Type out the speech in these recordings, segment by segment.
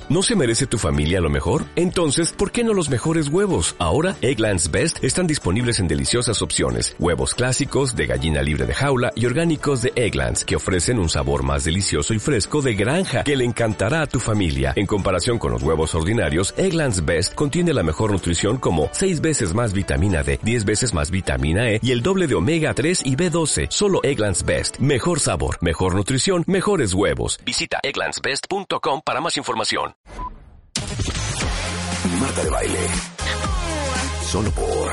¿No se merece tu familia lo mejor? Entonces, ¿por qué no los mejores huevos? Ahora, Eggland's Best están disponibles en deliciosas opciones. Huevos clásicos, de gallina libre de jaula y orgánicos de Eggland's, que ofrecen un sabor más delicioso y fresco de granja, que le encantará a tu familia. En comparación con los huevos ordinarios, Eggland's Best contiene la mejor nutrición como 6 veces más vitamina D, 10 veces más vitamina E y el doble de omega 3 y B12. Solo Eggland's Best. Mejor sabor, mejor nutrición, mejores huevos. Visita egglandsbest.com para más información. Marta de Baile. Solo por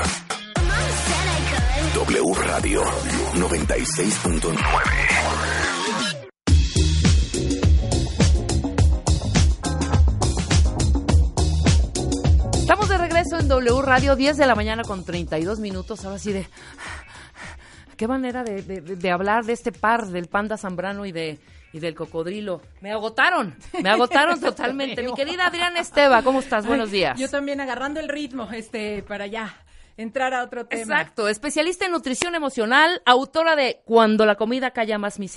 W Radio 96.9. Estamos de regreso en W Radio, 10 de la mañana con 32 minutos. Ahora sí qué manera de hablar de este par, del panda Zambrano y del cocodrilo. Me agotaron totalmente. Mi querida Adriana Esteva, ¿cómo estás? Buenos días. Yo también agarrando el ritmo, para ya entrar a otro tema. Exacto, especialista en nutrición emocional, autora de Cuando la comida calla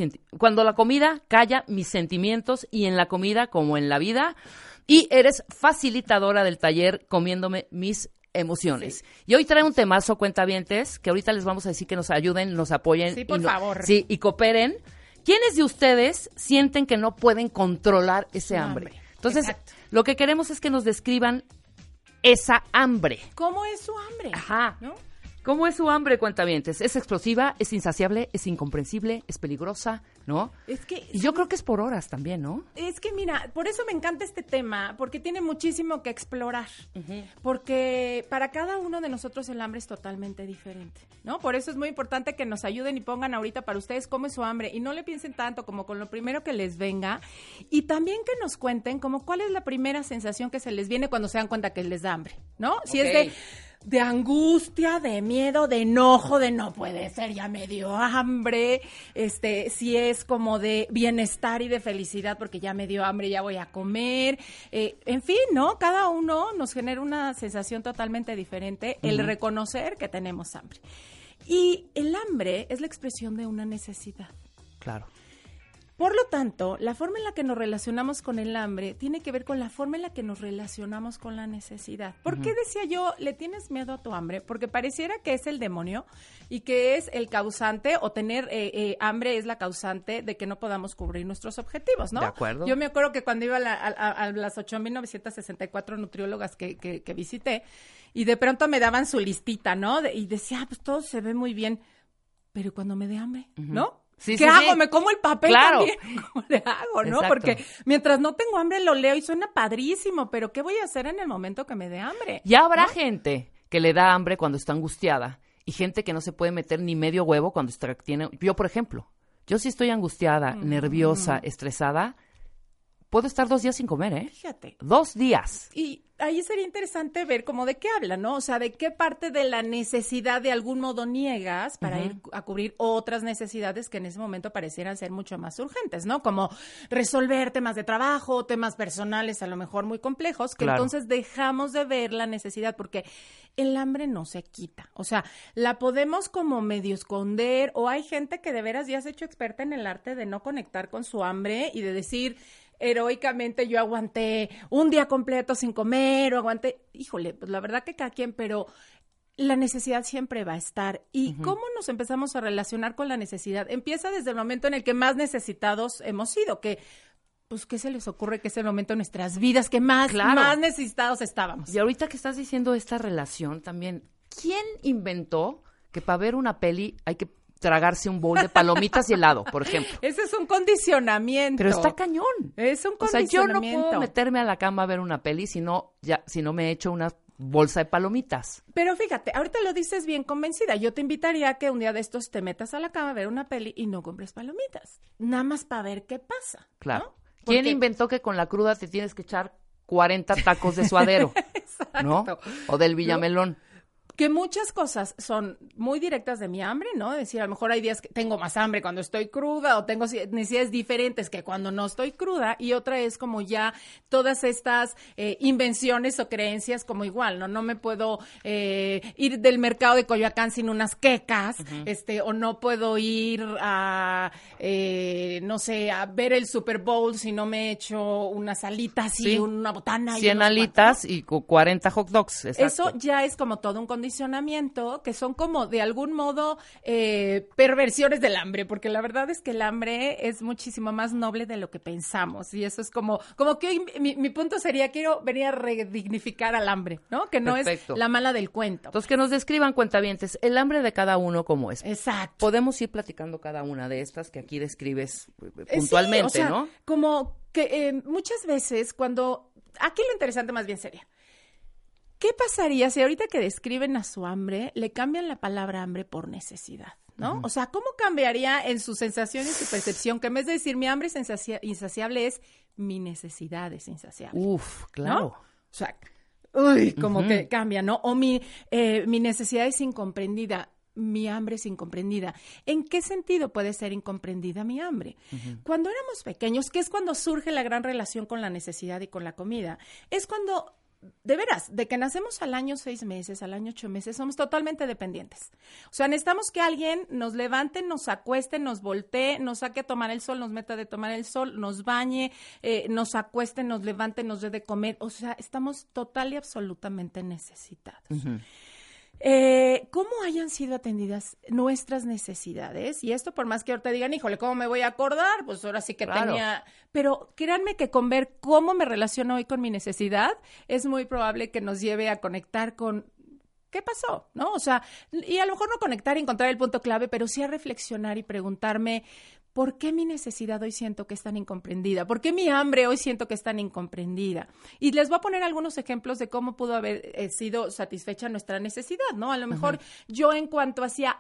mis sentimientos y en la comida como en la vida, y eres facilitadora del taller Comiéndome mis emociones. Sí. Y hoy trae un temazo, cuentavientes, que ahorita les vamos a decir que nos ayuden, nos apoyen. Sí, por favor. Sí, y cooperen. ¿Quiénes de ustedes sienten que no pueden controlar ese hambre? Entonces, exacto, lo que queremos es que nos describan esa hambre. ¿Cómo es su hambre? Ajá. ¿No? ¿Cómo es su hambre, cuentavientes? ¿Es explosiva? ¿Es insaciable? ¿Es incomprensible? ¿Es peligrosa? ¿No? Y yo creo que es por horas también, ¿no? Es que mira, por eso me encanta este tema, porque tiene muchísimo que explorar. Uh-huh. Porque para cada uno de nosotros el hambre es totalmente diferente, ¿no? Por eso es muy importante que nos ayuden y pongan ahorita para ustedes cómo es su hambre y no le piensen tanto como con lo primero que les venga, y también que nos cuenten como cuál es la primera sensación que se les viene cuando se dan cuenta que les da hambre, ¿no? Si es de angustia, de miedo, de enojo, de no puede ser, ya me dio hambre, si es como de bienestar y de felicidad porque ya me dio hambre, ya voy a comer, en fin, ¿no? Cada uno nos genera una sensación totalmente diferente, el reconocer que tenemos hambre. Y el hambre es la expresión de una necesidad. Claro. Por lo tanto, la forma en la que nos relacionamos con el hambre tiene que ver con la forma en la que nos relacionamos con la necesidad. ¿Por qué decía yo, le tienes miedo a tu hambre? Porque pareciera que es el demonio y que es el causante, o tener hambre es la causante de que no podamos cubrir nuestros objetivos, ¿no? De acuerdo. Yo me acuerdo que cuando iba a las 8,964 nutriólogas que visité, y de pronto me daban su listita, ¿no? Y decía, pues todo se ve muy bien, pero cuando me dé hambre, ¿no? Sí, ¿Qué hago? ¿Me como el papel también? ¿Cómo le hago, no? Exacto. Porque mientras no tengo hambre lo leo y suena padrísimo, pero ¿qué voy a hacer en el momento que me dé hambre? Ya habrá gente que le da hambre cuando está angustiada y gente que no se puede meter ni medio huevo cuando tiene... Yo, por ejemplo, yo sí estoy angustiada, nerviosa, estresada, puedo estar 2 días sin comer, ¿eh? Fíjate. 2 días. Y ahí sería interesante ver como de qué habla, ¿no? O sea, de qué parte de la necesidad de algún modo niegas para ir a cubrir otras necesidades que en ese momento parecieran ser mucho más urgentes, ¿no? Como resolver temas de trabajo, temas personales a lo mejor muy complejos, que entonces dejamos de ver la necesidad, porque el hambre no se quita. O sea, la podemos como medio esconder, o hay gente que de veras ya se ha hecho experta en el arte de no conectar con su hambre y de decir... heroicamente yo aguanté un día completo sin comer, o aguanté, híjole, pues la verdad que cada quien, pero la necesidad siempre va a estar. ¿Y cómo nos empezamos a relacionar con la necesidad? Empieza desde el momento en el que más necesitados hemos sido, que pues ¿qué se les ocurre que es el momento en nuestras vidas que más necesitados estábamos? Y ahorita que estás diciendo esta relación también, ¿quién inventó que para ver una peli hay que tragarse un bowl de palomitas y helado, por ejemplo? Ese es un condicionamiento. Pero está cañón. Es un condicionamiento. O sea, yo no puedo meterme a la cama a ver una peli si no me echo una bolsa de palomitas. Pero fíjate, ahorita lo dices bien convencida. Yo te invitaría a que un día de estos te metas a la cama a ver una peli y no compres palomitas. Nada más para ver qué pasa. Claro. ¿No? ¿Quién inventó que con la cruda te tienes que echar 40 tacos de suadero? Exacto. ¿No? O del Villamelón. que muchas cosas son muy directas de mi hambre, ¿no? Es decir, a lo mejor hay días que tengo más hambre cuando estoy cruda o tengo necesidades diferentes que cuando no estoy cruda, y otra es como ya todas estas invenciones o creencias como igual, ¿no? No me puedo ir del mercado de Coyoacán sin unas quecas, o no puedo ir a, no sé, a ver el Super Bowl si no me echo unas alitas y una botana. 100 alitas y 40 hot dogs, exacto. Eso ya es como todo un condicionamiento, que son como de algún modo perversiones del hambre, porque la verdad es que el hambre es muchísimo más noble de lo que pensamos, y eso es como que hoy mi punto sería, quiero venir a redignificar al hambre, ¿no? Que no Perfecto. Es la mala del cuento. Entonces, que nos describan, cuentavientes, el hambre de cada uno cómo es. Exacto. Podemos ir platicando cada una de estas que aquí describes puntualmente, sí, o sea, ¿no? Como que muchas veces cuando... Aquí lo interesante más bien sería, ¿qué pasaría si ahorita que describen a su hambre le cambian la palabra hambre por necesidad? ¿No? O sea, ¿cómo cambiaría en su sensación y su percepción? Que en vez de decir mi hambre es insaciable, es mi necesidad es insaciable. Uf, claro. ¿No? O sea, como que cambia, ¿no? O mi necesidad es incomprendida. Mi hambre es incomprendida. ¿En qué sentido puede ser incomprendida mi hambre? Cuando éramos pequeños, que es cuando surge la gran relación con la necesidad y con la comida, es cuando, de veras, de que nacemos al año 6 meses, al año 8 meses, somos totalmente dependientes. O sea, necesitamos que alguien nos levante, nos acueste, nos voltee, nos saque a tomar el sol, nos meta de tomar el sol, nos bañe, nos acueste, nos levante, nos dé de comer. O sea, estamos total y absolutamente necesitados. ¿Cómo hayan sido atendidas nuestras necesidades? Y esto por más que ahorita digan, híjole, ¿cómo me voy a acordar? Pues ahora sí que tenía... Pero créanme que con ver cómo me relaciono hoy con mi necesidad, es muy probable que nos lleve a conectar con... ¿Qué pasó? ¿No? O sea, y a lo mejor no conectar y encontrar el punto clave, pero sí a reflexionar y preguntarme, ¿por qué mi necesidad hoy siento que es tan incomprendida? ¿Por qué mi hambre hoy siento que es tan incomprendida? Y les voy a poner algunos ejemplos de cómo pudo haber sido satisfecha nuestra necesidad, ¿no? A lo mejor yo en cuanto hacía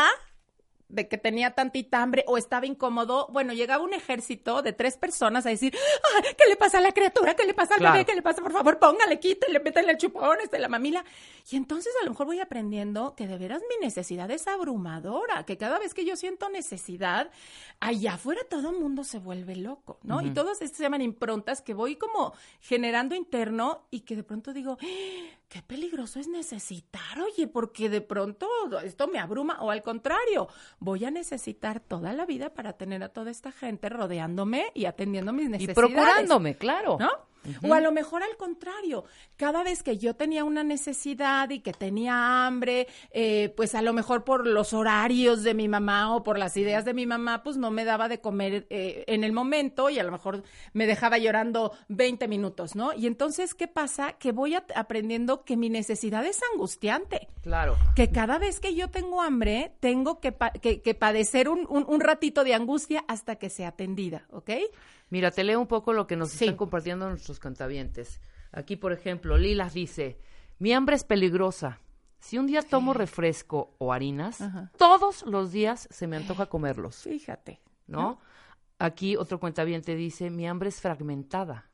de que tenía tantita hambre o estaba incómodo, bueno, llegaba un ejército de 3 personas a decir, ¡ay, qué le pasa a la criatura! ¿Qué le pasa al bebé? ¿Qué le pasa? Por favor, póngale, quítale, métale el chupón, la mamila. Y entonces a lo mejor voy aprendiendo que de veras mi necesidad es abrumadora, que cada vez que yo siento necesidad, allá afuera todo el mundo se vuelve loco, ¿no? Y todas estas se llaman improntas que voy como generando interno y que de pronto digo, qué peligroso es necesitar, oye, porque de pronto esto me abruma, o al contrario, voy a necesitar toda la vida para tener a toda esta gente rodeándome y atendiendo mis necesidades. Y procurándome, claro. ¿No? O a lo mejor al contrario, cada vez que yo tenía una necesidad y que tenía hambre, pues a lo mejor por los horarios de mi mamá o por las ideas de mi mamá, pues no me daba de comer en el momento y a lo mejor me dejaba llorando 20 minutos, ¿no? Y entonces, ¿qué pasa? Que voy aprendiendo que mi necesidad es angustiante. Claro. Que cada vez que yo tengo hambre, tengo que padecer un ratito de angustia hasta que sea atendida, ¿ok? Mira, te leo un poco lo que nos están compartiendo nuestros cantavientes. Aquí, por ejemplo, Lilas dice, mi hambre es peligrosa. Si un día tomo refresco o harinas, todos los días se me antoja comerlos. Fíjate. ¿No? Aquí otro cuentaviente dice, mi hambre es fragmentada.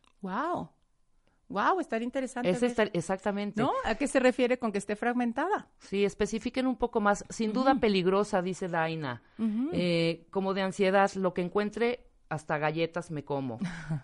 Wow, está interesante. Exactamente. ¿No? ¿A qué se refiere con que esté fragmentada? Sí, especifiquen un poco más. Sin duda peligrosa, dice Daina. Como de ansiedad, lo que encuentre, hasta galletas me como.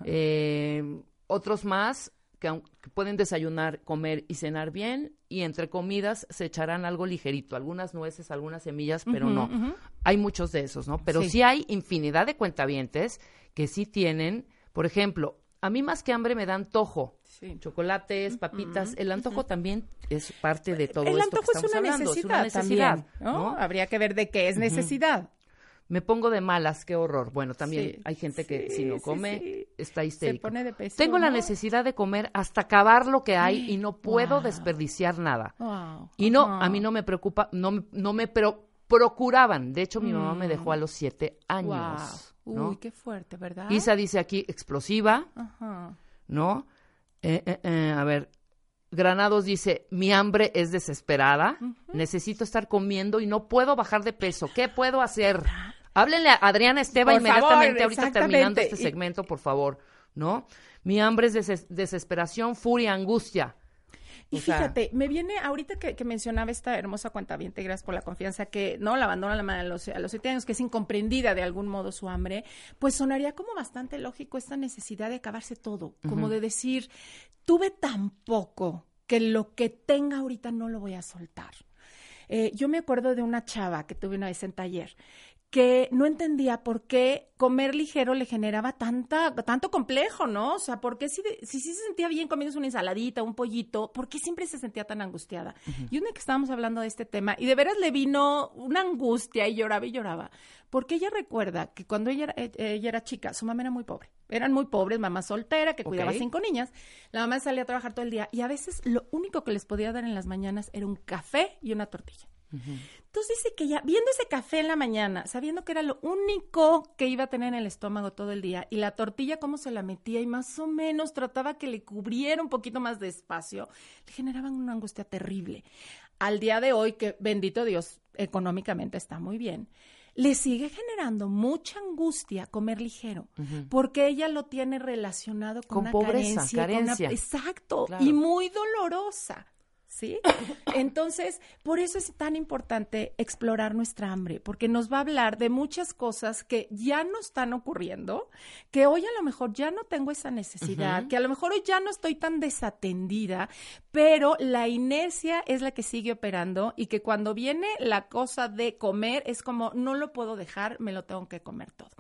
Otros más que pueden desayunar, comer y cenar bien, y entre comidas se echarán algo ligerito, algunas nueces, algunas semillas, pero no. Hay muchos de esos, ¿no? Pero sí hay infinidad de cuentavientes que sí tienen, por ejemplo, a mí más que hambre me da antojo. Chocolates, papitas, el antojo también es parte de todo esto que estamos hablando. Es una necesidad también, ¿no? Habría que ver de qué es necesidad. Me pongo de malas, qué horror. Bueno, también hay gente que si no come está histérico. Se pone de peso, tengo la necesidad de comer hasta acabar lo que hay y no puedo desperdiciar nada. Y no, a mí no me preocupa, procuraban. De hecho, mi mamá me dejó a los 7 años. ¿no? Uy, qué fuerte, ¿verdad? Isa dice aquí, explosiva, ¿no? A ver, Granados dice, mi hambre es desesperada, necesito estar comiendo y no puedo bajar de peso. ¿Qué puedo hacer? Háblenle a Adriana Esteva inmediatamente, ahorita terminando este segmento, por favor, ¿no? Mi hambre es desesperación, furia, angustia. Y fíjate, me viene ahorita que mencionaba esta hermosa cuentaviente, gracias por la confianza, que no la abandona la madre a los 7 años, que es incomprendida de algún modo su hambre, pues sonaría como bastante lógico esta necesidad de acabarse todo, como de decir, tuve tan poco que lo que tenga ahorita no lo voy a soltar. Yo me acuerdo de una chava que tuve una vez en taller, que no entendía por qué comer ligero le generaba tanto complejo, ¿no? O sea, ¿por qué si se sentía bien comiéndose una ensaladita, un pollito, por qué siempre se sentía tan angustiada? Y un día que estábamos hablando de este tema, y de veras le vino una angustia y lloraba, porque ella recuerda que cuando ella era chica, su mamá era muy pobre. Eran muy pobres, mamá soltera, que cuidaba 5 niñas. La mamá salía a trabajar todo el día, y a veces lo único que les podía dar en las mañanas era un café y una tortilla. Entonces dice que ya viendo ese café en la mañana, sabiendo que era lo único que iba a tener en el estómago todo el día, y la tortilla cómo se la metía y más o menos trataba que le cubriera un poquito más de espacio, le generaban una angustia terrible. Al día de hoy, que bendito Dios, económicamente está muy bien, le sigue generando mucha angustia comer ligero, porque ella lo tiene relacionado con una pobreza, carencia. Exacto, claro. Y muy dolorosa. ¿Sí? Entonces, por eso es tan importante explorar nuestra hambre, porque nos va a hablar de muchas cosas que ya no están ocurriendo, que hoy a lo mejor ya no tengo esa necesidad, que a lo mejor hoy ya no estoy tan desatendida, pero la inercia es la que sigue operando y que cuando viene la cosa de comer es como, no lo puedo dejar, me lo tengo que comer todo.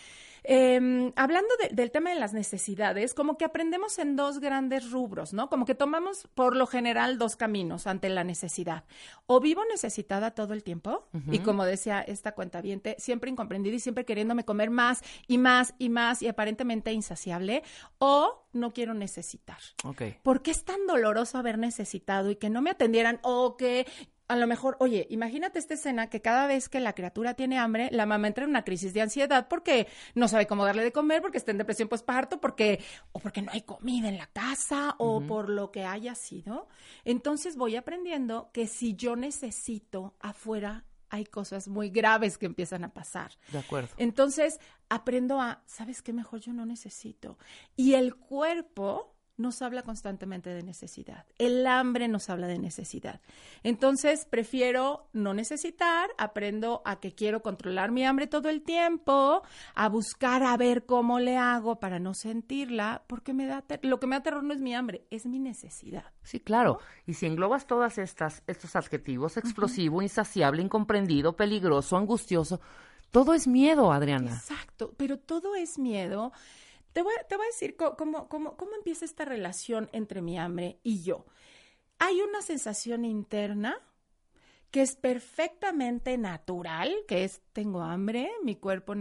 Hablando del tema de las necesidades, como que aprendemos en 2 grandes rubros, ¿no? Como que tomamos por lo general 2 caminos ante la necesidad. O vivo necesitada todo el tiempo, y como decía esta cuentaviente, siempre incomprendida y siempre queriéndome comer más y más y más y aparentemente insaciable, o no quiero necesitar. Okay. ¿Por qué es tan doloroso haber necesitado y que no me atendieran o que... A lo mejor, oye, imagínate esta escena que cada vez que la criatura tiene hambre, la mamá entra en una crisis de ansiedad porque no sabe cómo darle de comer, porque está en depresión postparto, porque no hay comida en la casa, o por lo que haya sido. Entonces voy aprendiendo que si yo necesito afuera, hay cosas muy graves que empiezan a pasar. De acuerdo. Entonces aprendo ¿sabes qué? Mejor yo no necesito. Y el cuerpo nos habla constantemente de necesidad. El hambre nos habla de necesidad. Entonces, prefiero no necesitar, aprendo a que quiero controlar mi hambre todo el tiempo, a buscar a ver cómo le hago para no sentirla, porque lo que me da terror no es mi hambre, es mi necesidad. Sí, claro. Y si englobas todas estos adjetivos, explosivo, insaciable, incomprendido, peligroso, angustioso, todo es miedo, Adriana. Exacto, pero todo es miedo. Te voy a decir cómo empieza esta relación entre mi hambre y yo. Hay una sensación interna que es perfectamente natural, que es tengo hambre, mi cuerpo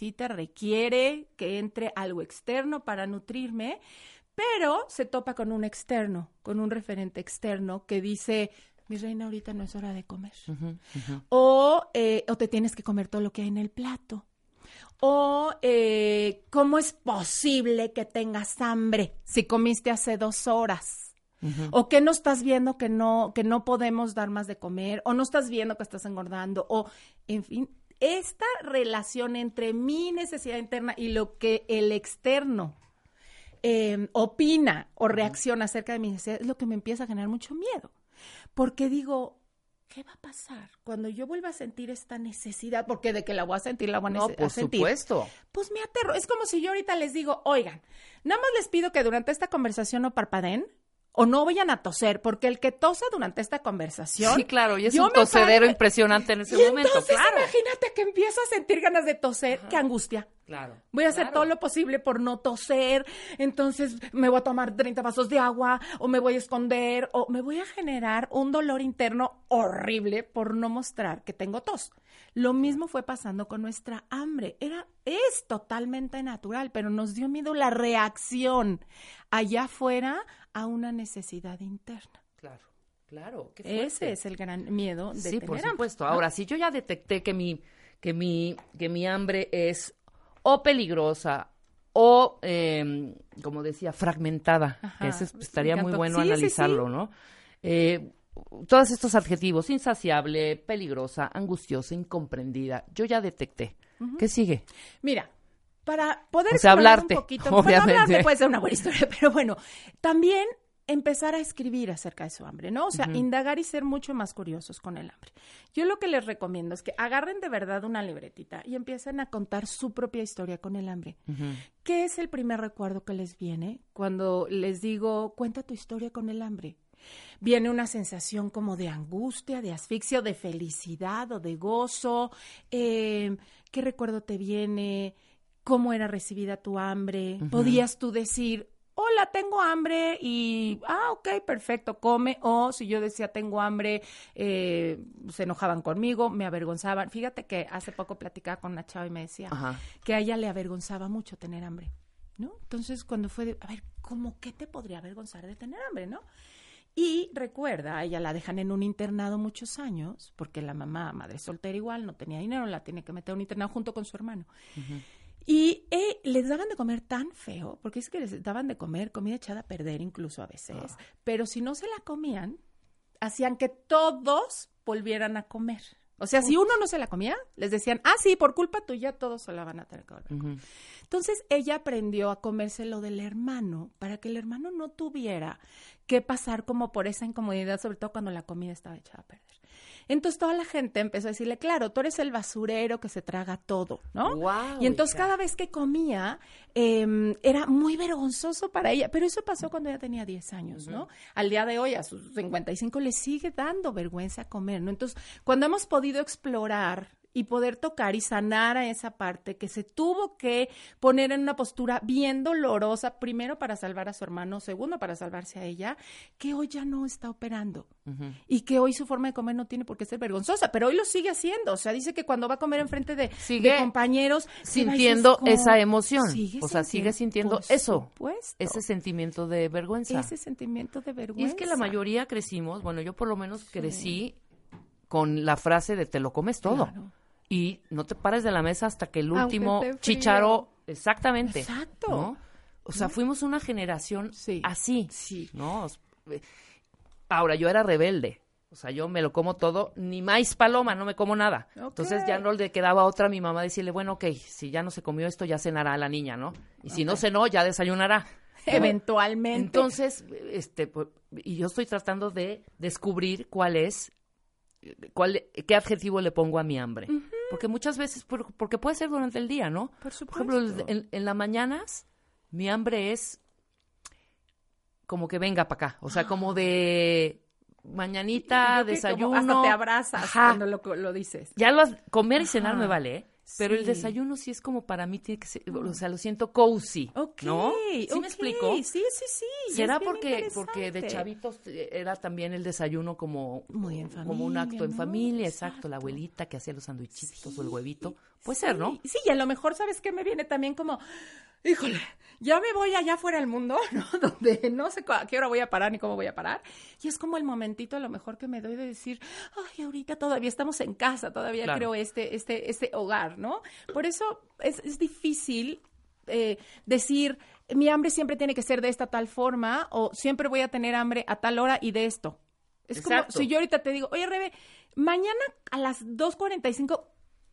requiere que entre algo externo para nutrirme, pero se topa con un externo, con un referente externo que dice... Mi reina, ahorita no es hora de comer. O te tienes que comer todo lo que hay en el plato. O ¿cómo es posible que tengas hambre si comiste hace 2 horas? O que no estás viendo que no podemos dar más de comer, o no estás viendo que estás engordando, o en fin, esta relación entre mi necesidad interna y lo que el externo opina o reacciona acerca de mi necesidad es lo que me empieza a generar mucho miedo. Porque digo, ¿qué va a pasar cuando yo vuelva a sentir esta necesidad? Porque de que la voy a sentir, la voy a sentir. No, por supuesto. Pues me aterro. Es como si yo ahorita les digo, oigan, nada más les pido que durante esta conversación no parpadeen o no vayan a toser, porque el que tosa durante esta conversación... Sí, claro, y es un tosedero impresionante en ese momento, entonces, claro. Imagínate que empiezo a sentir ganas de toser. ¡Qué angustia! Claro. Voy a hacer todo lo posible por no toser, entonces me voy a tomar 30 vasos de agua, o me voy a esconder, o me voy a generar un dolor interno horrible por no mostrar que tengo tos. Lo mismo fue pasando con nuestra hambre. Es totalmente natural, pero nos dio miedo la reacción allá afuera a una necesidad interna. Claro. Qué fuerte. Ese es el gran miedo de sí, tener por hambre, supuesto. ¿no? Ahora, si yo ya detecté que mi hambre es o peligrosa o, como decía, fragmentada, que eso estaría muy bueno analizarlo, ¿no? Todos estos adjetivos, insaciable, peligrosa, angustiosa, incomprendida, yo ya detecté. ¿Qué sigue? Mira, para poder hablarte, un poquito, obviamente. Para hablarte puede ser una buena historia, pero bueno, también empezar a escribir acerca de su hambre, ¿no? O sea, indagar y ser mucho más curiosos con el hambre. Yo lo que les recomiendo es que agarren de verdad una libretita y empiecen a contar su propia historia con el hambre. ¿Qué es el primer recuerdo que les viene cuando les digo, cuenta tu historia con el hambre? Viene una sensación como de angustia, de asfixia, o de felicidad o de gozo. ¿Qué recuerdo te viene? ¿Cómo era recibida tu hambre? ¿Podías tú decir, hola, tengo hambre y, ok, perfecto, come? O si yo decía tengo hambre, se enojaban conmigo, me avergonzaban. Fíjate que hace poco platicaba con una chava y me decía que a ella le avergonzaba mucho tener hambre, ¿no? Entonces, cuando fue de, a ver, ¿cómo qué te podría avergonzar de tener hambre, no? Y recuerda, a ella la dejan en un internado muchos años, porque la mamá, madre soltera igual, no tenía dinero, la tiene que meter a un internado junto con su hermano. Y les daban de comer tan feo, porque es que les daban de comer comida echada a perder incluso a veces, pero si no se la comían, hacían que todos volvieran a comer. O sea, si uno no se la comía, les decían, sí, por culpa tuya todos se la van a tener que volver a comer. Entonces, ella aprendió a comérselo del hermano para que el hermano no tuviera que pasar como por esa incomodidad, sobre todo cuando la comida estaba echada a perder. Entonces, toda la gente empezó a decirle, claro, tú eres el basurero que se traga todo, ¿no? Wow, y entonces, cada vez que comía, era muy vergonzoso para ella. Pero eso pasó cuando ella tenía 10 años, ¿no? Al día de hoy, a sus 55, le sigue dando vergüenza comer, ¿no? Entonces, cuando hemos podido explorar y poder tocar y sanar a esa parte que se tuvo que poner en una postura bien dolorosa, primero para salvar a su hermano, segundo para salvarse a ella, que hoy ya no está operando y que hoy su forma de comer no tiene por qué ser vergonzosa, pero hoy lo sigue haciendo. O sea, dice que cuando va a comer enfrente de compañeros, sintiendo esa emoción, sigue sintiendo eso, supuesto, ese sentimiento de vergüenza. Ese sentimiento de vergüenza. Y es que la mayoría crecimos, bueno, yo por lo menos crecí con la frase de te lo comes todo. Claro. Y no te pares de la mesa hasta que el último chícharo, exactamente. Exacto. ¿No? O sea, fuimos una generación así, ¿no? Ahora, yo era rebelde. O sea, yo me lo como todo, ni maíz paloma, no me como nada. Okay. Entonces ya no le quedaba otra a mi mamá decirle, bueno, ok, si ya no se comió esto, ya cenará la niña, ¿no? Y si no cenó, ya desayunará, ¿no? Eventualmente. Entonces, y yo estoy tratando de descubrir qué adjetivo le pongo a mi hambre. Porque muchas veces, porque puede ser durante el día, ¿no? Por supuesto. Por ejemplo, en las mañanas, mi hambre es como que venga para acá. O sea, como de mañanita, desayuno. Hasta te abrazas cuando lo dices. Ya comer y cenar me vale, ¿eh? Pero el desayuno sí es como para mí tiene que ser, o sea, lo siento cozy, ¿no? ¿Sí me explico? Sí. ¿Será porque de chavitos era también el desayuno como muy en familia, como un acto en familia? Exacto, la Exacto. abuelita que hacía los sandwichitos o el huevito. Puede ser, ¿no? Sí, y a lo mejor, ¿sabes qué? Me viene también como, híjole, ya me voy allá fuera del mundo, ¿no? Donde no sé a qué hora voy a parar ni cómo voy a parar. Y es como el momentito a lo mejor que me doy de decir, ay, ahorita todavía estamos en casa, todavía creo este hogar, ¿no? Por eso es difícil decir, mi hambre siempre tiene que ser de esta tal forma, o siempre voy a tener hambre a tal hora y de esto. Es Exacto. como si yo ahorita te digo, oye, Rebe, mañana a las 2:45,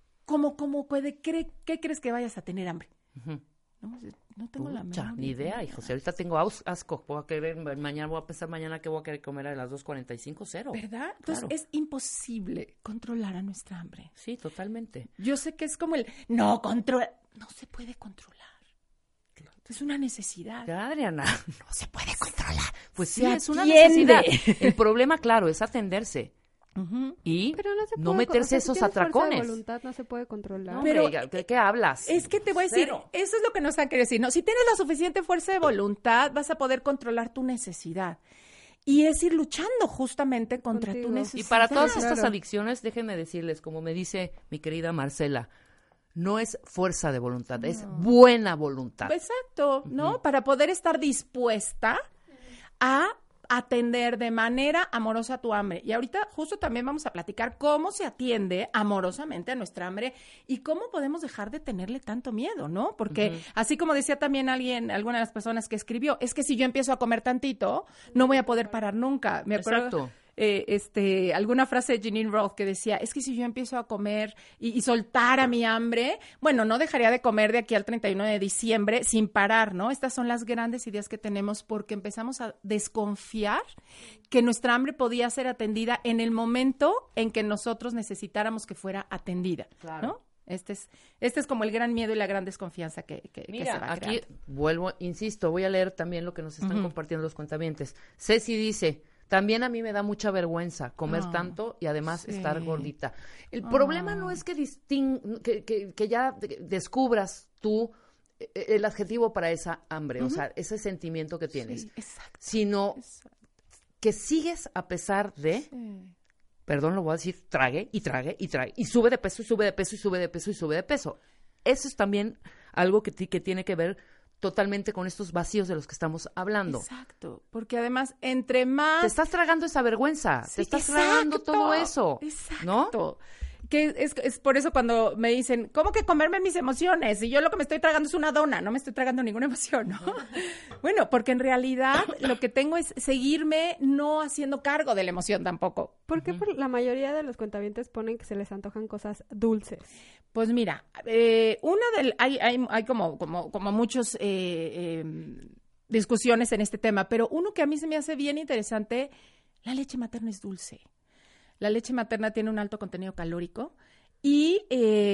¿qué crees que vayas a tener hambre? No tengo la menor ni idea, hijo. Si ahorita tengo asco, mañana voy a pensar que voy a querer comer a las 2:45, cero. ¿Verdad? Entonces es imposible controlar a nuestra hambre. Sí, totalmente. Yo sé que es como no se puede controlar. Es una necesidad. Ya, Adriana, no se puede controlar. Pues sí, Se es una atiende. necesidad. El problema, claro, es atenderse. Y pero no meterse esos atracones. De voluntad no se puede controlar. No, pero ¿de qué hablas? Es que te voy a decir, eso es lo que nos han querido decir, ¿no? Si tienes la suficiente fuerza de voluntad, vas a poder controlar tu necesidad. Y es ir luchando justamente contra tu necesidad. Y para todas estas adicciones, déjenme decirles, como me dice mi querida Marcela, no es fuerza de voluntad, es buena voluntad. Exacto, ¿no? Para poder estar dispuesta a atender de manera amorosa tu hambre. Y ahorita justo también vamos a platicar cómo se atiende amorosamente a nuestra hambre y cómo podemos dejar de tenerle tanto miedo, ¿no? Porque así como decía también alguna de las personas que escribió, es que si yo empiezo a comer tantito, no voy a poder parar nunca. Me acuerdo, exacto. alguna frase de Jeanine Roth que decía, es que si yo empiezo a comer y soltara mi hambre, bueno, no dejaría de comer de aquí al 31 de diciembre sin parar, ¿no? Estas son las grandes ideas que tenemos porque empezamos a desconfiar que nuestra hambre podía ser atendida en el momento en que nosotros necesitáramos que fuera atendida, claro. ¿No? Este es como el gran miedo y la gran desconfianza que se va a crear. Aquí insisto, voy a leer también lo que nos están compartiendo los cuentavientes. Ceci dice, también a mí me da mucha vergüenza comer tanto y además estar gordita. El problema no es que ya descubras tú el adjetivo para esa hambre, o sea, ese sentimiento que tienes, sino que sigues a pesar de... Perdón, lo voy a decir, trague, y sube de peso, y sube de peso, y sube de peso, y sube de peso. Eso es también algo que tiene que ver totalmente con estos vacíos de los que estamos hablando. Exacto, porque además, entre más... Te estás tragando esa vergüenza, te estás tragando todo eso, ¿no? Exacto. Que es por eso cuando me dicen, ¿cómo que comerme mis emociones? Y yo lo que me estoy tragando es una dona, no me estoy tragando ninguna emoción, ¿no? Bueno, porque en realidad lo que tengo es seguirme no haciendo cargo de la emoción tampoco. ¿Por qué la mayoría de los cuentavientes ponen que se les antojan cosas dulces? Pues mira, hay como muchos discusiones en este tema, pero uno que a mí se me hace bien interesante, la leche materna es dulce. La leche materna tiene un alto contenido calórico y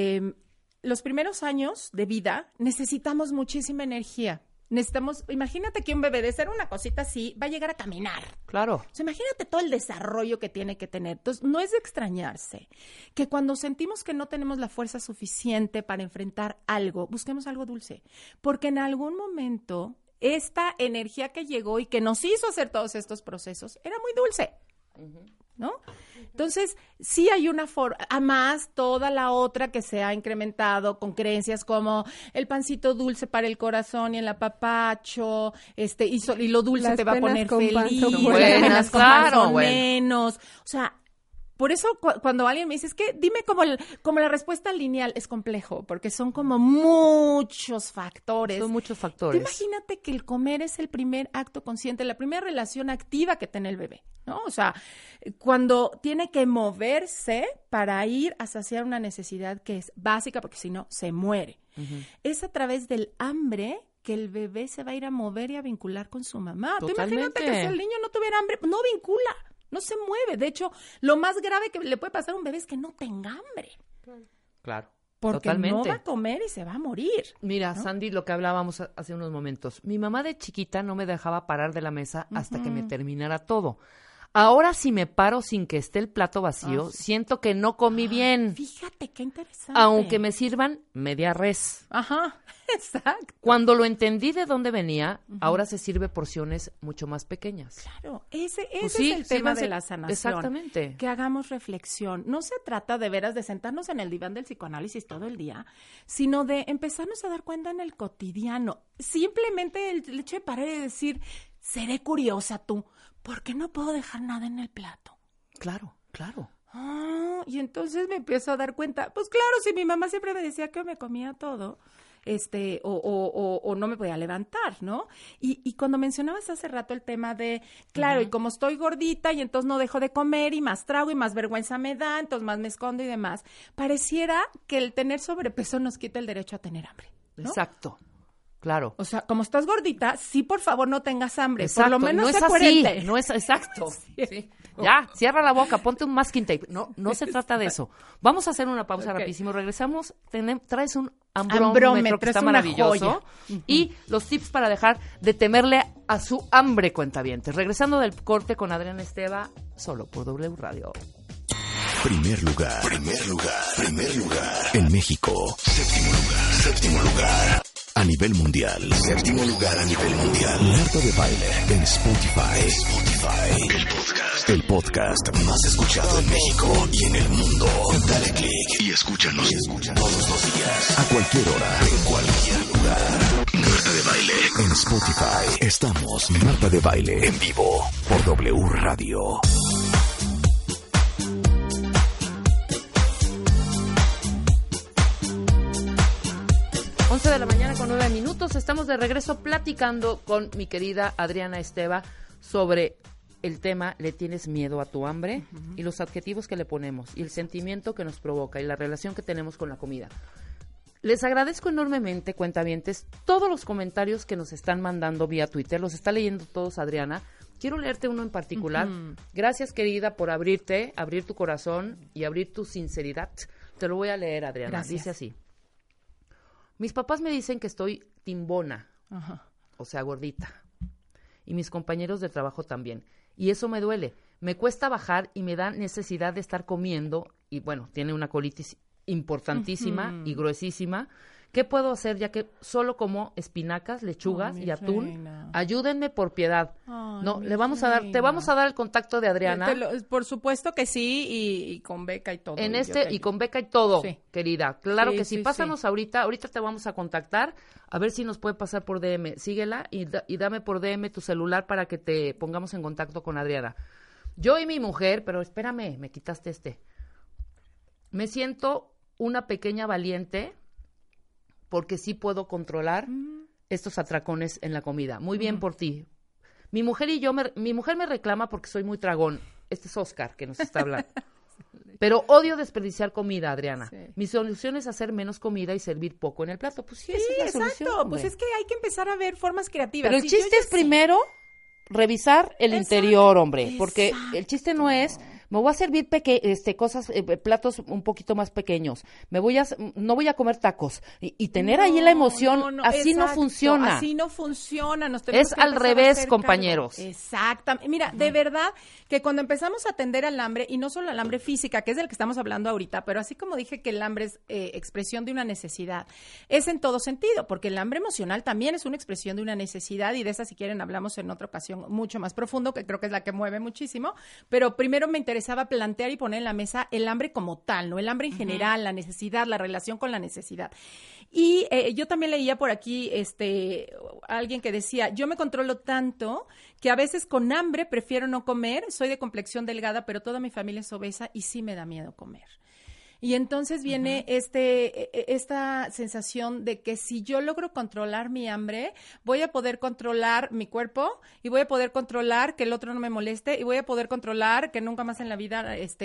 los primeros años de vida necesitamos muchísima energía. Imagínate que un bebé de ser una cosita así va a llegar a caminar. Claro. O sea, imagínate todo el desarrollo que tiene que tener. Entonces, no es de extrañarse que cuando sentimos que no tenemos la fuerza suficiente para enfrentar algo, busquemos algo dulce. Porque en algún momento, esta energía que llegó y que nos hizo hacer todos estos procesos era muy dulce. ¿No? Entonces, sí hay una forma, además toda la otra que se ha incrementado con creencias como el pancito dulce para el corazón y el apapacho, y lo dulce te va a poner feliz, buenas, claro, menos, o sea, por eso cuando alguien me dice, es que dime como la respuesta lineal, es complejo, porque son como muchos factores. Son muchos factores. Imagínate que el comer es el primer acto consciente, la primera relación activa que tiene el bebé, ¿no? O sea, cuando tiene que moverse para ir a saciar una necesidad que es básica, porque si no, se muere. Es a través del hambre que el bebé se va a ir a mover y a vincular con su mamá. Totalmente. Tú imagínate que si el niño no tuviera hambre, no vincula. No se mueve. De hecho, lo más grave que le puede pasar a un bebé es que no tenga hambre. Claro. Porque totalmente. No va a comer y se va a morir. Mira, ¿no? Sandy, lo que hablábamos hace unos momentos. Mi mamá de chiquita no me dejaba parar de la mesa hasta que me terminara todo. Ahora si me paro sin que esté el plato vacío, siento que no comí bien. Fíjate, qué interesante. Aunque me sirvan media res. Ajá, exacto. Cuando lo entendí de dónde venía, ahora se sirve porciones mucho más pequeñas. Claro, ese es el tema de la sanación. Exactamente. Que hagamos reflexión. No se trata de veras de sentarnos en el diván del psicoanálisis todo el día, sino de empezarnos a dar cuenta en el cotidiano. Simplemente el hecho de parar y decir, seré curiosa tú. ¿Por qué no puedo dejar nada en el plato? Claro, claro. Y entonces me empiezo a dar cuenta, pues claro, si mi mamá siempre me decía que me comía todo, o no me podía levantar, ¿no? Y cuando mencionabas hace rato el tema de, claro, y como estoy gordita y entonces no dejo de comer y más trago y más vergüenza me da, entonces más me escondo y demás, pareciera que el tener sobrepeso nos quita el derecho a tener hambre, ¿no? Exacto. Claro. O sea, como estás gordita, sí, por favor, no tengas hambre. Exacto. Por lo menos no sé es coherente. así, no es exacto. Sí. Ya, cierra la boca, ponte un masking tape. No se trata de eso. Vamos a hacer una pausa rapidísimo. Regresamos. Traes un ambrómetro que está maravilloso. Y los tips para dejar de temerle a su hambre, cuentavientes. Regresando del corte con Adriana Esteva, solo por W Radio. Primer lugar. En México. Séptimo lugar. A nivel mundial. Séptimo lugar a nivel mundial. Marta de Baile en Spotify. El podcast más escuchado en México y en el mundo. Dale click y escúchanos todos los días. A cualquier hora. En cualquier lugar. Marta de Baile en Spotify. Estamos Marta de Baile en vivo por W Radio. 11 de la mañana con 9 minutos. Estamos de regreso platicando con mi querida Adriana Esteva sobre el tema le tienes miedo a tu hambre y los adjetivos que le ponemos y el sentimiento que nos provoca y la relación que tenemos con la comida. Les agradezco enormemente, cuentavientes, todos los comentarios que nos están mandando vía Twitter. Los está leyendo todos Adriana. Quiero leerte uno en particular. Gracias, querida, por abrir tu corazón y abrir tu sinceridad. Te lo voy a leer, Adriana. Gracias. Dice así. Mis papás me dicen que estoy timbona, o sea, gordita. Y mis compañeros de trabajo también. Y eso me duele. Me cuesta bajar y me da necesidad de estar comiendo. Y bueno, tiene una colitis importantísima y gruesísima. ¿Qué puedo hacer ya que solo como espinacas, lechugas y atún? Reina. Ayúdenme por piedad. Ay, No, mi te vamos a dar el contacto de Adriana. Por supuesto que sí, y con beca y todo. Y con beca y todo, Sí. querida. Claro Sí, que sí. sí, Pásanos ahorita te vamos a contactar, a ver si nos puede pasar por DM. Síguela y dame por DM tu celular para que te pongamos en contacto con Adriana. Yo y mi mujer, pero espérame, me quitaste me siento una pequeña valiente porque sí puedo controlar estos atracones en la comida. Muy bien por ti. Mi mujer me reclama porque soy muy tragón. Este es Oscar que nos está hablando. Pero odio desperdiciar comida, Adriana. Sí. Mi solución es hacer menos comida y servir poco en el plato. Pues sí, esa es la exacto. solución, hombre. Pues es que hay que empezar a ver formas creativas. Pero el Sí, chiste yo ya es primero revisar el interior, hombre, porque el chiste no es me voy a servir platos un poquito más pequeños. No voy a comer tacos y tener ahí la emoción, así no funciona. Así no funciona. Nos tenemos Es que al empezar a revés, hacer compañeros. cargo. Exactamente. Mira, de verdad que cuando empezamos a atender al hambre, y no solo al hambre física, que es del que estamos hablando ahorita, pero así como dije que el hambre es expresión de una necesidad, es en todo sentido, porque el hambre emocional también es una expresión de una necesidad, y de esa, si quieren, hablamos en otra ocasión mucho más profundo, que creo que es la que mueve muchísimo. Pero primero me interesaba plantear y poner en la mesa el hambre como tal, ¿no? El hambre en general, la necesidad, la relación con la necesidad. Y yo también leía por aquí alguien que decía, yo me controlo tanto que a veces con hambre prefiero no comer, soy de complexión delgada, pero toda mi familia es obesa y sí me da miedo comer. Y entonces viene esta sensación de que si yo logro controlar mi hambre, voy a poder controlar mi cuerpo y voy a poder controlar que el otro no me moleste y voy a poder controlar que nunca más en la vida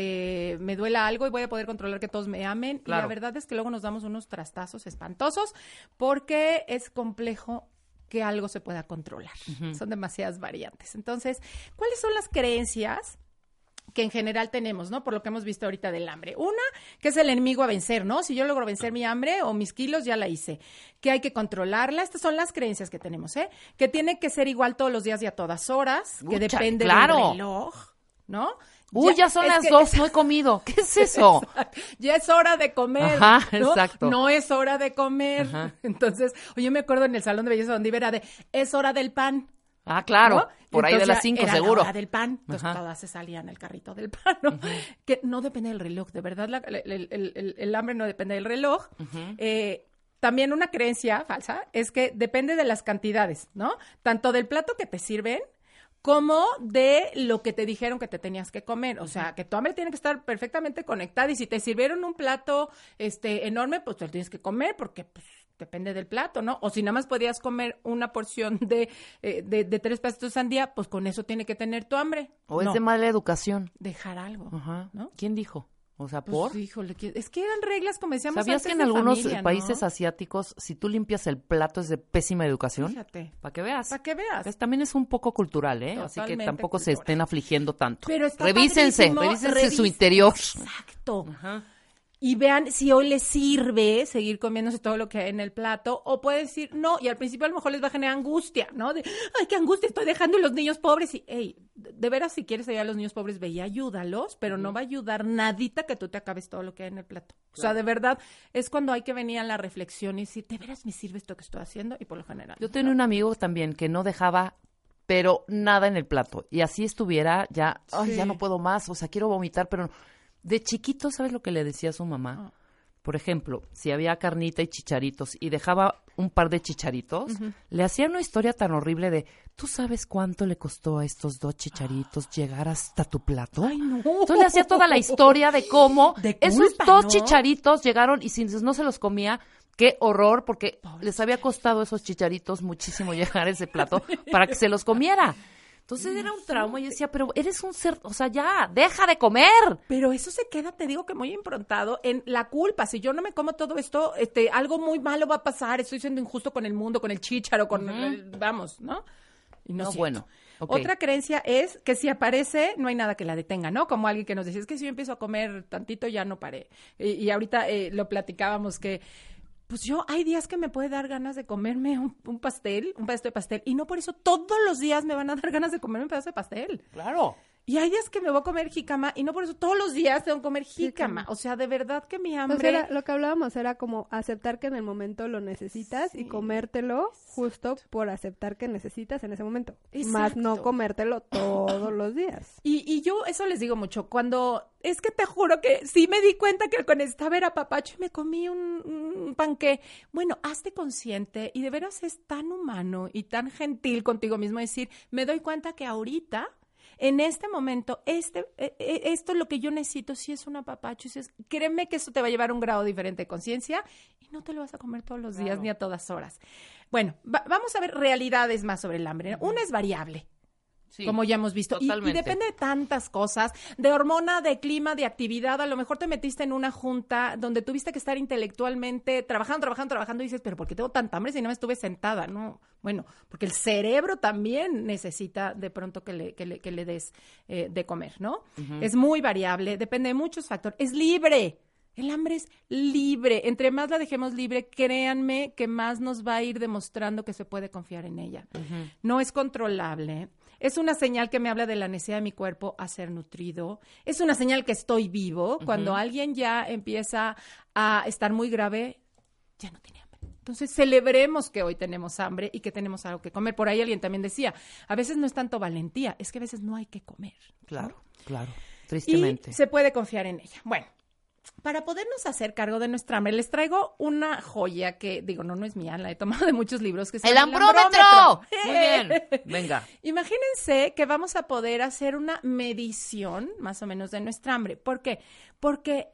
me duela algo y voy a poder controlar que todos me amen. Claro. Y la verdad es que luego nos damos unos trastazos espantosos porque es complejo que algo se pueda controlar. Son demasiadas variantes. Entonces, ¿cuáles son las creencias que en general tenemos, ¿no? Por lo que hemos visto ahorita del hambre. Una, que es el enemigo a vencer, ¿no? Si yo logro vencer mi hambre o mis kilos, ya la hice. Que hay que controlarla. Estas son las creencias que tenemos, ¿eh? Que tiene que ser igual todos los días y a todas horas, que depende del reloj, ¿no? Ya son las 2, no he comido. ¿Qué es eso? Exacto. Ya es hora de comer. Ajá, ¿no? exacto. No es hora de comer. Ajá. Entonces, yo me acuerdo en el salón de belleza donde iba, era es hora del pan. Ah, claro, ¿no? por ahí de las 5 era seguro. La hora del pan, entonces Ajá. todas se salían al carrito del pan, ¿no? Que no depende del reloj, de verdad el hambre no depende del reloj. También una creencia falsa es que depende de las cantidades, ¿no? Tanto del plato que te sirven como de lo que te dijeron que te tenías que comer. O sea, que tu hambre tiene que estar perfectamente conectada, y si te sirvieron un plato enorme, pues te lo tienes que comer porque pues, depende del plato, ¿no? O si nada más podías comer una porción de 3 pedacitos de sandía, pues con eso tiene que tener tu hambre. O No, es de mala educación. dejar algo, Ajá. ¿no? ¿Quién dijo? O sea, Pues, ¿por? híjole, es que eran reglas, como decíamos ¿Sabías antes, que en de algunos familia, ¿no? países asiáticos, si tú limpias el plato es de pésima educación? Fíjate, Para que veas. para que veas. Pues también es un poco cultural, ¿eh? Así que Totalmente tampoco se cultural. estén afligiendo tanto. Pero está Revísense padrísimo, su interior. Exacto. Ajá. Y vean si hoy les sirve seguir comiéndose todo lo que hay en el plato, o puede decir no, y al principio a lo mejor les va a generar angustia, ¿no? De, ay, qué angustia, estoy dejando a los niños pobres. Y, hey, de veras, si quieres ayudar a los niños pobres, ve y ayúdalos, pero no va a ayudar nadita que tú te acabes todo lo que hay en el plato. Claro. O sea, de verdad, es cuando hay que venir a la reflexión y decir, ¿de veras me sirve esto que estoy haciendo? Y por lo general. Yo tenía un amigo también que no dejaba, pero nada en el plato. Y así estuviera, ya, ay, ya no puedo más, o sea, quiero vomitar, pero no. De chiquito, ¿sabes lo que le decía a su mamá? Por ejemplo, si había carnita y chicharitos y dejaba un par de chicharitos, le hacía una historia tan horrible de, ¿tú sabes cuánto le costó a estos 2 chicharitos llegar hasta tu plato? Ay, no. Entonces le hacía toda la historia de cómo De esos culpa, 2 ¿no? chicharitos llegaron y si no se los comía, qué horror, porque les había costado esos chicharitos muchísimo llegar a ese plato para que se los comiera. Entonces era un trauma. Yo decía, pero eres un ser, o sea, ya, deja de comer. Pero eso se queda, te digo que muy improntado en la culpa. Si yo no me como todo esto, algo muy malo va a pasar. Estoy siendo injusto con el mundo, con el chícharo, con vamos, ¿no? Y no, bueno. Okay. Otra creencia es que si aparece, no hay nada que la detenga, ¿no? Como alguien que nos decía, es que si yo empiezo a comer tantito, ya no paré. Y ahorita lo platicábamos que, pues yo, hay días que me puede dar ganas de comerme un pastel, un pedazo de pastel, y no por eso todos los días me van a dar ganas de comerme un pedazo de pastel. Claro. Y hay días que me voy a comer jícama y no por eso todos los días tengo que comer jícama. O sea, de verdad que mi hambre... Pues lo que hablábamos era como aceptar que en el momento lo necesitas y comértelo justo por aceptar que necesitas en ese momento. Exacto. Más no comértelo todos los días. Y yo eso les digo mucho. Cuando... Es que te juro que sí me di cuenta que con estaba era papacho y me comí un panqué. Bueno, hazte consciente y de veras es tan humano y tan gentil contigo mismo decir, me doy cuenta que ahorita... En este momento, esto es lo que yo necesito, si es un apapacho, créeme que eso te va a llevar a un grado diferente de conciencia y no te lo vas a comer todos los días ni a todas horas. Bueno, vamos a ver realidades más sobre el hambre, ¿no? Una es variable. Sí, como ya hemos visto. Y depende de tantas cosas, de hormona, de clima, de actividad. A lo mejor te metiste en una junta donde tuviste que estar intelectualmente trabajando y dices, pero ¿por qué tengo tanta hambre si no me estuve sentada? No, bueno, porque el cerebro también necesita de pronto que le des de comer, ¿no? Uh-huh. Es muy variable, depende de muchos factores. Es libre. El hambre es libre. Entre más la dejemos libre, créanme que más nos va a ir demostrando que se puede confiar en ella. Uh-huh. No es controlable. Es una señal que me habla de la necesidad de mi cuerpo a ser nutrido. Es una señal que estoy vivo. Uh-huh. Cuando alguien ya empieza a estar muy grave, ya no tiene hambre. Entonces, celebremos que hoy tenemos hambre y que tenemos algo que comer. Por ahí alguien también decía, a veces no es tanto valentía, es que a veces no hay que comer. Claro, ¿no? Claro, tristemente. Y se puede confiar en ella. Bueno. Para podernos hacer cargo de nuestra hambre, les traigo una joya que, digo, no es mía, la he tomado de muchos libros. Que ¡El Ambrómetro! Muy bien, venga. Imagínense que vamos a poder hacer una medición, más o menos, de nuestra hambre. ¿Por qué? Porque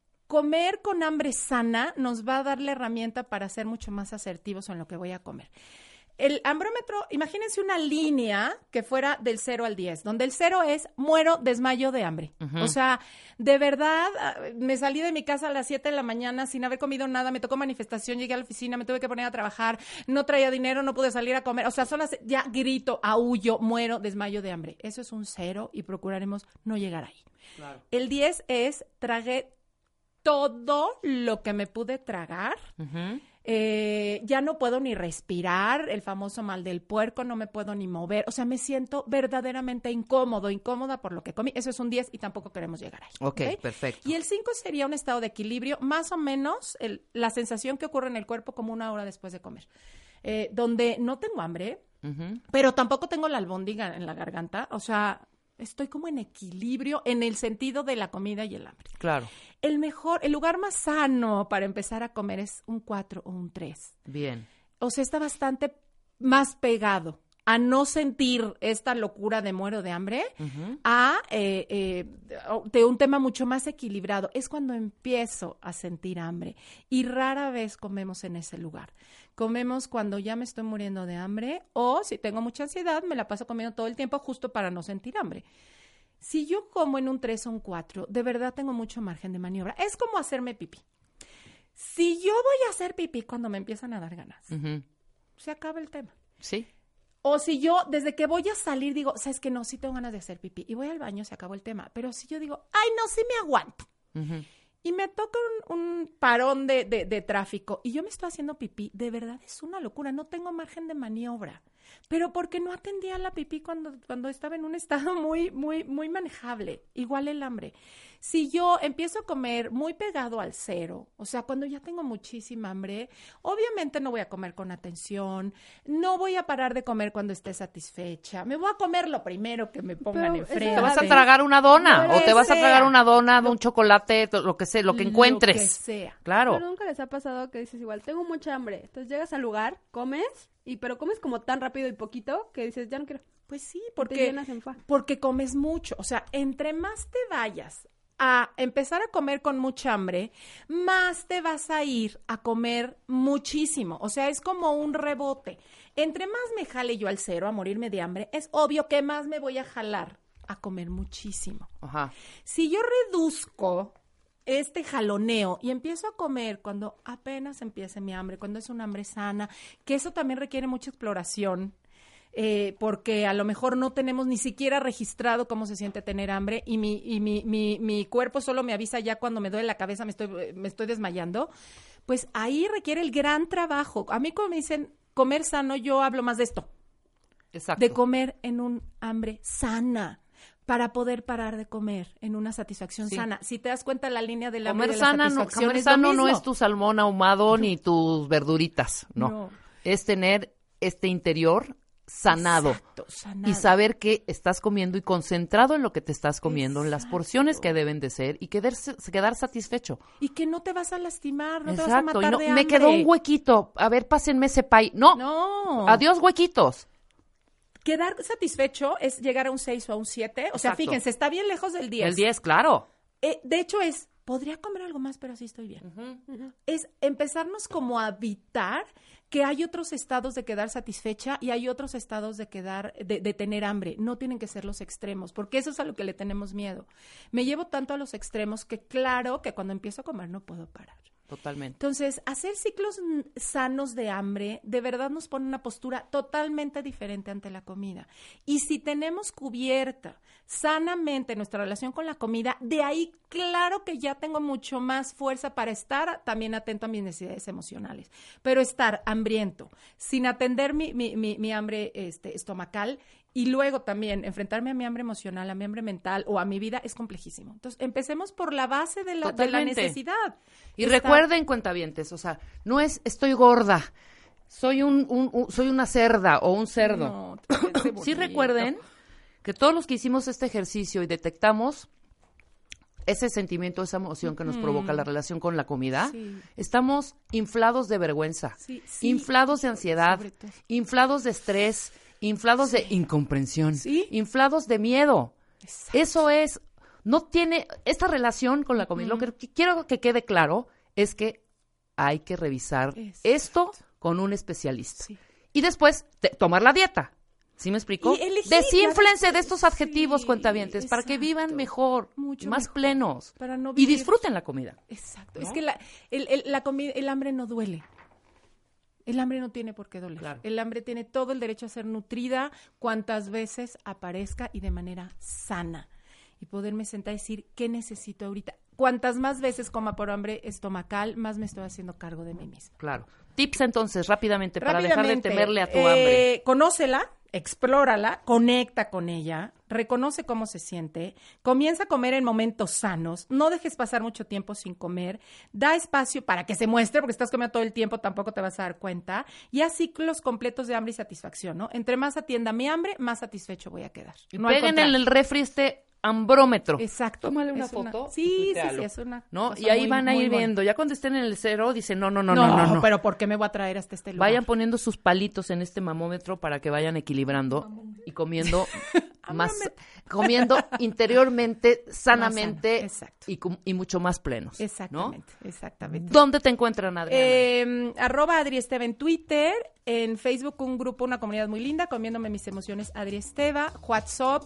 comer con hambre sana nos va a dar la herramienta para ser mucho más asertivos en lo que voy a comer. El Ambrómetro, imagínense una línea que fuera del 0 al 10, donde el 0 es muero, desmayo de hambre. Uh-huh. O sea, de verdad, me salí de mi casa a las 7 de la mañana sin haber comido nada, me tocó manifestación, llegué a la oficina, me tuve que poner a trabajar, no traía dinero, no pude salir a comer. O sea, ya grito, aúllo, muero, desmayo de hambre. Eso es un 0 y procuraremos no llegar ahí. Claro. El 10 es tragué todo lo que me pude tragar. Uh-huh. Ya no puedo ni respirar, el famoso mal del puerco, no me puedo ni mover, o sea, me siento verdaderamente incómoda por lo que comí. Eso es un 10 y tampoco queremos llegar ahí. Okay, perfecto. Y el 5 sería un estado de equilibrio, más o menos la sensación que ocurre en el cuerpo como una hora después de comer, donde no tengo hambre, uh-huh, pero tampoco tengo la albóndiga en la garganta, o sea, estoy como en equilibrio en el sentido de la comida y el hambre. Claro. El lugar más sano para empezar a comer es un 4 o un 3. Bien. O sea, está bastante más pegado a no sentir esta locura de muero de hambre, uh-huh, de un tema mucho más equilibrado. Es cuando empiezo a sentir hambre y rara vez comemos en ese lugar. Comemos cuando ya me estoy muriendo de hambre o si tengo mucha ansiedad, me la paso comiendo todo el tiempo justo para no sentir hambre. Si yo como en un 3 o un 4, de verdad tengo mucho margen de maniobra. Es como hacerme pipí. Si yo voy a hacer pipí cuando me empiezan a dar ganas, uh-huh, se acaba el tema. Sí. O si yo, desde que voy a salir, digo, ¿sabes qué? No, sí tengo ganas de hacer pipí. Y voy al baño, se acabó el tema. Pero si yo digo, ¡ay, no, sí me aguanto! Uh-huh. Y me toca un parón de tráfico y yo me estoy haciendo pipí, de verdad es una locura, no tengo margen de maniobra. Pero porque no atendía la pipí cuando estaba en un estado muy, muy, muy manejable. Igual el hambre. Si yo empiezo a comer muy pegado al 0, o sea, cuando ya tengo muchísima hambre, obviamente no voy a comer con atención, no voy a parar de comer cuando esté satisfecha, me voy a comer lo primero que me pongan enfrente. ¿Te vas a tragar una dona? ¿O te vas a tragar una dona, un chocolate, lo que sea, lo que encuentres? Lo que sea. Claro. Pero nunca les ha pasado que dices igual, tengo mucha hambre, entonces llegas al lugar, comes, pero comes como tan rápido y poquito que dices, ya no quiero. Pues sí, porque comes mucho. O sea, entre más te vayas a empezar a comer con mucha hambre, más te vas a ir a comer muchísimo. O sea, es como un rebote. Entre más me jale yo al cero a morirme de hambre, es obvio que más me voy a jalar a comer muchísimo. Ajá. Si yo reduzco este jaloneo y empiezo a comer cuando apenas empiece mi hambre, cuando es un hambre sana, que eso también requiere mucha exploración, porque a lo mejor no tenemos ni siquiera registrado cómo se siente tener hambre y mi cuerpo solo me avisa ya cuando me duele la cabeza, me estoy desmayando, pues ahí requiere el gran trabajo. A mí cuando me dicen comer sano, yo hablo más de esto. Exacto. De comer en un hambre sana, para poder parar de comer en una satisfacción sana. Si te das cuenta, la línea del hambre de la satisfacción comer es lo sano mismo. no es tu salmón ahumado ni tus verduritas, no. Es tener este interior sanado. Exacto, sanado. Y saber que estás comiendo y concentrado en lo que te estás comiendo, en las porciones que deben de ser y quedar satisfecho. Y que no te vas a lastimar, no te vas a Exacto, matar y no, de hambre. me quedó un huequito, a ver, pásenme ese pay. No, adiós huequitos. Quedar satisfecho es llegar a un 6 o a un 7. O sea, Exacto. fíjense, está bien lejos del 10. El 10, claro. De hecho podría comer algo más, pero así estoy bien. Es empezarnos como a habitar que hay otros estados de quedar satisfecha y hay otros estados de de tener hambre. No tienen que ser los extremos, porque eso es a lo que le tenemos miedo. Me llevo tanto a los extremos que claro que cuando empiezo a comer no puedo parar. Totalmente. Entonces, hacer ciclos sanos de hambre de verdad nos pone una postura totalmente diferente ante la comida. Y si tenemos cubierta sanamente nuestra relación con la comida, de ahí claro que ya tengo mucho más fuerza para estar también atento a mis necesidades emocionales. Pero estar hambriento, sin atender mi hambre estomacal, y luego también enfrentarme a mi hambre emocional, a mi hambre mental o a mi vida es complejísimo. Entonces, empecemos por la base de la necesidad. Y recuerden, cuentavientes, o sea, no es estoy gorda, soy soy una cerda o un cerdo. No, sí recuerden que todos los que hicimos este ejercicio y detectamos ese sentimiento, esa emoción que nos provoca la relación con la comida, estamos inflados de vergüenza, inflados de ansiedad, inflados de estrés, inflados de incomprensión, inflados de miedo. Exacto. Eso es, no tiene, esta relación con la comida, lo que quiero que quede claro es que hay que revisar esto con un especialista. Y después tomar la dieta. ¿Sí me explico? Desínflense de estos adjetivos, cuentavientes, para que vivan mejor, más plenos, para no vivir... y disfruten la comida. Exacto. ¿No? Es que la comida, el hambre no duele. El hambre no tiene por qué doler. Claro. El hambre tiene todo el derecho a ser nutrida cuantas veces aparezca y de manera sana. Y poderme sentar y decir, ¿qué necesito ahorita? Cuantas más veces coma por hambre estomacal, más me estoy haciendo cargo de mí misma. Claro. Tips entonces, rápidamente, para dejar de temerle a tu hambre. Conócela, explórala, conecta con ella, reconoce cómo se siente, comienza a comer en momentos sanos, no dejes pasar mucho tiempo sin comer, da espacio para que se muestre, porque estás comiendo todo el tiempo, tampoco te vas a dar cuenta, y haz ciclos completos de hambre y satisfacción, ¿no? Entre más atienda mi hambre, más satisfecho voy a quedar. Y no peguen en el refri ambrómetro. Exacto. Tómale una foto. Sí, es una. ¿No? Y ahí van a ir viendo. Ya cuando estén en el 0, dicen, no. Pero ¿por qué me voy a traer hasta este lugar? Vayan poniendo sus palitos en este mamómetro para que vayan equilibrando y comiendo comiendo interiormente, sanamente y mucho más plenos. Exactamente, ¿no? Exactamente. ¿Dónde te encuentran, Adriana? @Adri Esteva en Twitter, en Facebook un grupo, una comunidad muy linda, Comiéndome Mis Emociones, Adri Esteva, WhatsApp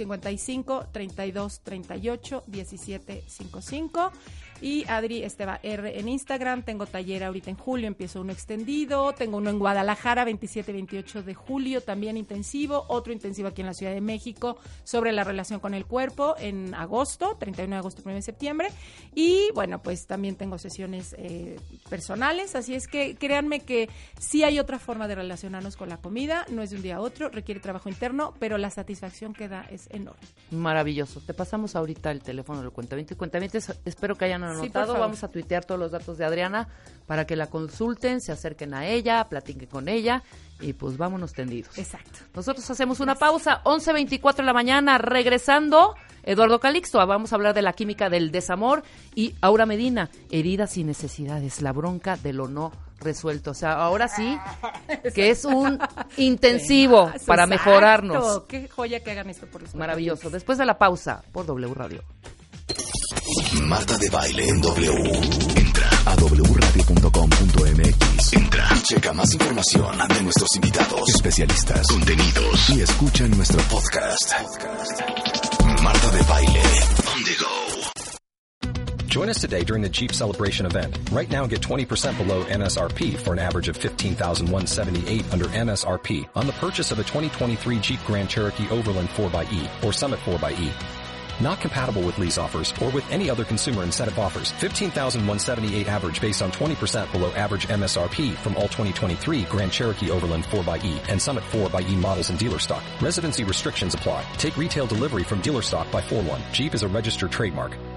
55 32 38 17 55 y Adri Esteva R en Instagram. Tengo taller ahorita en julio, empiezo uno extendido, tengo uno en Guadalajara 27 y 28 de julio, también intensivo, otro intensivo aquí en la Ciudad de México sobre la relación con el cuerpo en agosto, 31 de agosto, 1 de septiembre, y bueno, pues también tengo sesiones personales, así es que créanme que sí hay otra forma de relacionarnos con la comida, no es de un día a otro, requiere trabajo interno, pero la satisfacción que da es enorme. Maravilloso. Te pasamos ahorita el teléfono del cuentaviente y cuentavientes, espero que hayan anotado, vamos a tuitear todos los datos de Adriana para que la consulten, se acerquen a ella, platiquen con ella y pues vámonos tendidos. Exacto. Nosotros hacemos una pausa, 11:24 de la mañana, regresando, Eduardo Calixto, vamos a hablar de la química del desamor, y Aura Medina, heridas y necesidades, la bronca de lo no resuelto. O sea, ahora sí que es un intensivo para mejorarnos. Qué joya que hagan esto por los maravilloso. Después de la pausa por W Radio. Marta de Baile en W. Entra a wradio.com.mx. Entra. Checa más información de nuestros invitados, especialistas, contenidos y escucha nuestro podcast. Marta de Baile on the go. Join us today during the Jeep Celebration event. Right now, get 20% below MSRP for an average of $15,178 under MSRP on the purchase of a 2023 Jeep Grand Cherokee Overland 4xE or Summit 4xE. Not compatible with lease offers or with any other consumer incentive offers. $15,178 average based on 20% below average MSRP from all 2023 Grand Cherokee Overland 4xE and Summit 4xE models in dealer stock. Residency restrictions apply. Take retail delivery from dealer stock by 4/1. Jeep is a registered trademark.